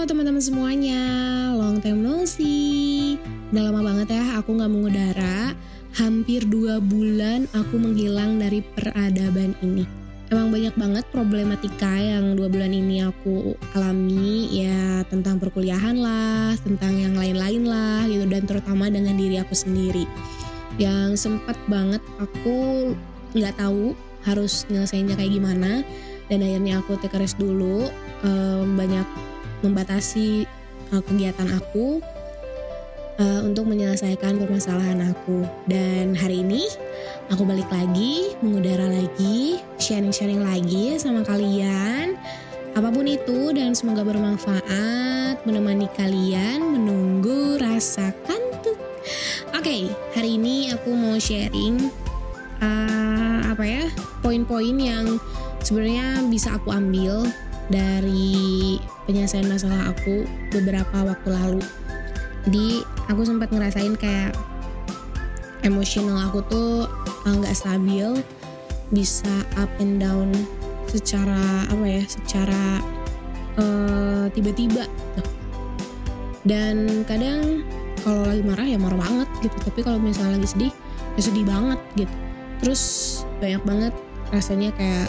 teman-teman semuanya, long time no see. Udah lama banget ya aku gak mengudara. Hampir 2 bulan aku menghilang dari peradaban ini. Emang banyak banget problematika yang 2 bulan ini aku alami. Ya tentang perkuliahan lah, tentang yang lain-lain lah gitu. Dan terutama dengan diri aku sendiri, yang sempat banget aku gak tahu harus nyelesainnya kayak gimana. Dan akhirnya aku take a rest dulu, banyak membatasi kegiatan aku untuk menyelesaikan permasalahan aku. Dan hari ini aku balik lagi, mengudara lagi, sharing-sharing lagi sama kalian, apapun itu, dan semoga bermanfaat, menemani kalian menunggu rasa kantuk. Oke, hari ini aku mau sharing poin-poin yang sebenarnya bisa aku ambil dari penyelesaian masalah aku beberapa waktu lalu. Jadi aku sempat ngerasain kayak emosional aku tuh nggak stabil, bisa up and down secara tiba-tiba gitu. Dan kadang kalau lagi marah ya marah banget gitu, tapi kalau misalnya lagi sedih ya sedih banget gitu. Terus banyak banget rasanya kayak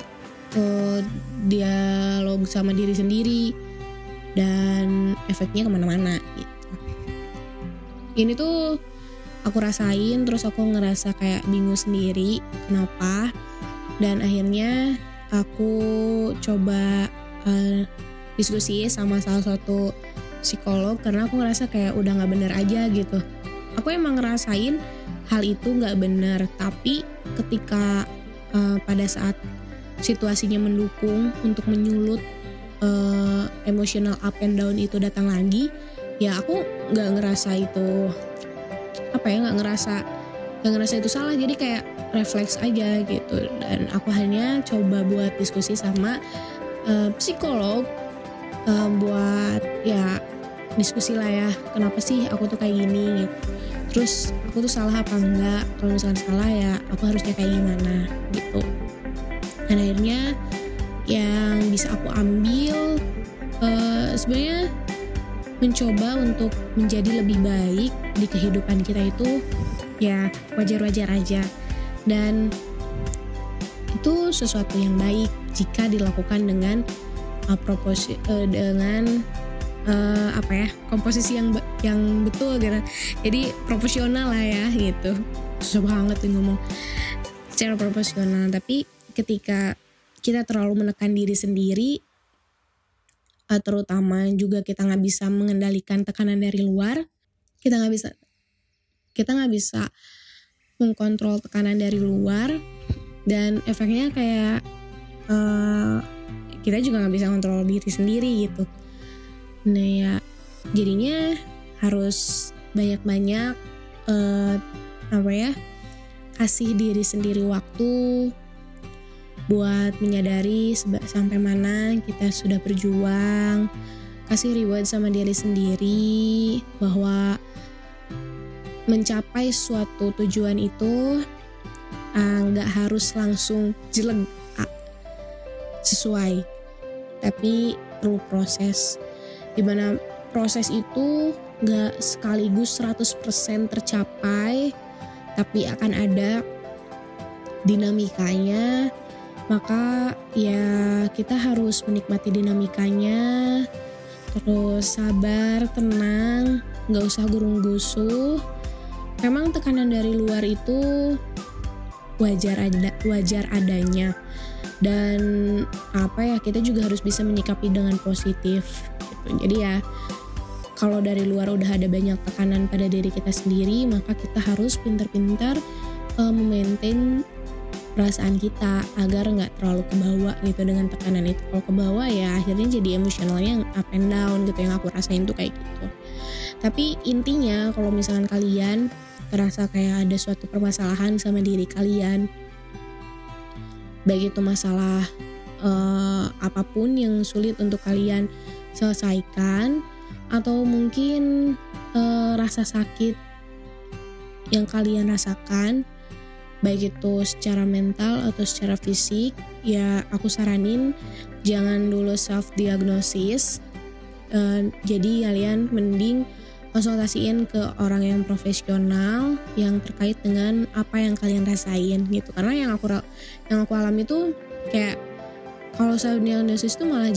dialog sama diri sendiri, dan efeknya kemana-mana gitu. Ini tuh aku rasain, terus aku ngerasa kayak bingung sendiri kenapa. Dan akhirnya aku coba diskusi sama salah satu psikolog, karena aku ngerasa kayak udah gak bener aja gitu. Aku emang ngerasain hal itu gak bener, tapi ketika pada saat situasinya mendukung untuk menyulut emotional up and down itu datang lagi, ya aku nggak ngerasa itu nggak ngerasa itu salah. Jadi kayak refleks aja gitu. Dan aku hanya coba buat diskusi sama psikolog, buat ya diskusi lah ya, kenapa sih aku tuh kayak gini gitu. Terus aku tuh salah apa enggak, kalau misalkan salah ya aku harusnya kayak gimana gitu. Dan akhirnya yang bisa aku ambil sebenarnya mencoba untuk menjadi lebih baik di kehidupan kita itu ya wajar-wajar aja. Dan itu sesuatu yang baik jika dilakukan dengan komposisi yang betul gitu. Jadi proporsional lah ya gitu. Susah banget nih ngomong secara proporsional. Tapi ketika kita terlalu menekan diri sendiri, terutama juga kita nggak bisa mengendalikan tekanan dari luar, kita nggak bisa mengkontrol tekanan dari luar, dan efeknya kayak kita juga nggak bisa kontrol diri sendiri gitu. Nah ya jadinya harus banyak-banyak kasih diri sendiri waktu buat menyadari sampai mana kita sudah berjuang. Kasih reward sama diri sendiri bahwa mencapai suatu tujuan itu gak harus langsung jelek sesuai, tapi perlu proses, dimana proses itu gak sekaligus 100% tercapai, tapi akan ada dinamikanya. Maka ya kita harus menikmati dinamikanya, terus sabar, tenang, gak usah gurung-gusuh. Memang tekanan dari luar itu wajar adanya, dan kita juga harus bisa menyikapi dengan positif gitu. Jadi ya kalau dari luar udah ada banyak tekanan pada diri kita sendiri, maka kita harus pintar-pintar memaintain perasaan kita agar nggak terlalu kebawa gitu dengan tekanan itu. Kalau kebawa ya akhirnya jadi emosionalnya up and down gitu, yang aku rasain tuh kayak gitu. Tapi intinya kalau misalkan kalian terasa kayak ada suatu permasalahan sama diri kalian, baik itu masalah apapun yang sulit untuk kalian selesaikan, atau mungkin rasa sakit yang kalian rasakan, baik itu secara mental atau secara fisik, ya aku saranin jangan dulu self diagnosis. Jadi kalian mending konsultasiin ke orang yang profesional yang terkait dengan apa yang kalian rasain gitu. Karena yang aku alami itu kayak kalau self diagnosis tuh malah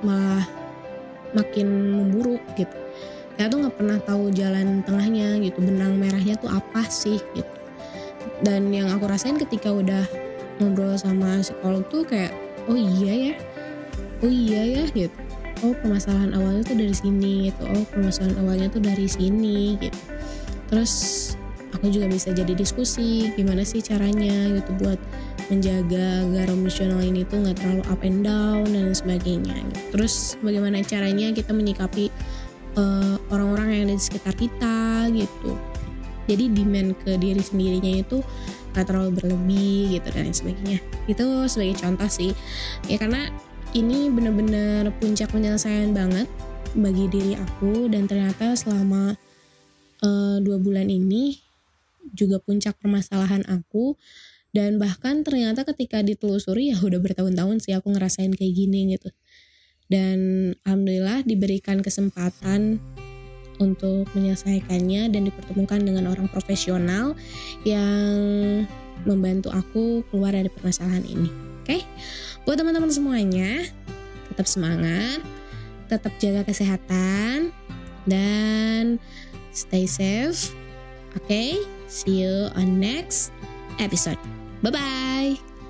makin memburuk gitu. Saya tuh nggak pernah tahu jalan tengahnya gitu, benang merahnya tuh apa sih gitu. Dan yang aku rasain ketika udah ngobrol sama psikolog tuh kayak oh iya ya gitu. Oh permasalahan awalnya tuh dari sini gitu. Oh permasalahan awalnya tuh dari sini gitu. Terus aku juga bisa jadi diskusi gimana sih caranya gitu buat menjaga agar emosional ini tuh nggak terlalu up and down dan sebagainya gitu. Terus bagaimana caranya kita menyikapi orang-orang yang ada di sekitar kita gitu. Jadi demand ke diri sendirinya itu gak terlalu berlebih gitu dan sebagainya. Itu sebagai contoh sih ya, karena ini benar-benar puncak penyelesaian banget bagi diri aku. Dan ternyata selama 2 bulan ini juga puncak permasalahan aku. Dan bahkan ternyata ketika ditelusuri ya udah bertahun-tahun sih aku ngerasain kayak gini gitu. Dan alhamdulillah diberikan kesempatan untuk menyelesaikannya dan dipertemukan dengan orang profesional yang membantu aku keluar dari permasalahan ini. Oke? Buat teman-teman semuanya, tetap semangat, tetap jaga kesehatan, dan stay safe. Oke? See you on next episode. Bye-bye!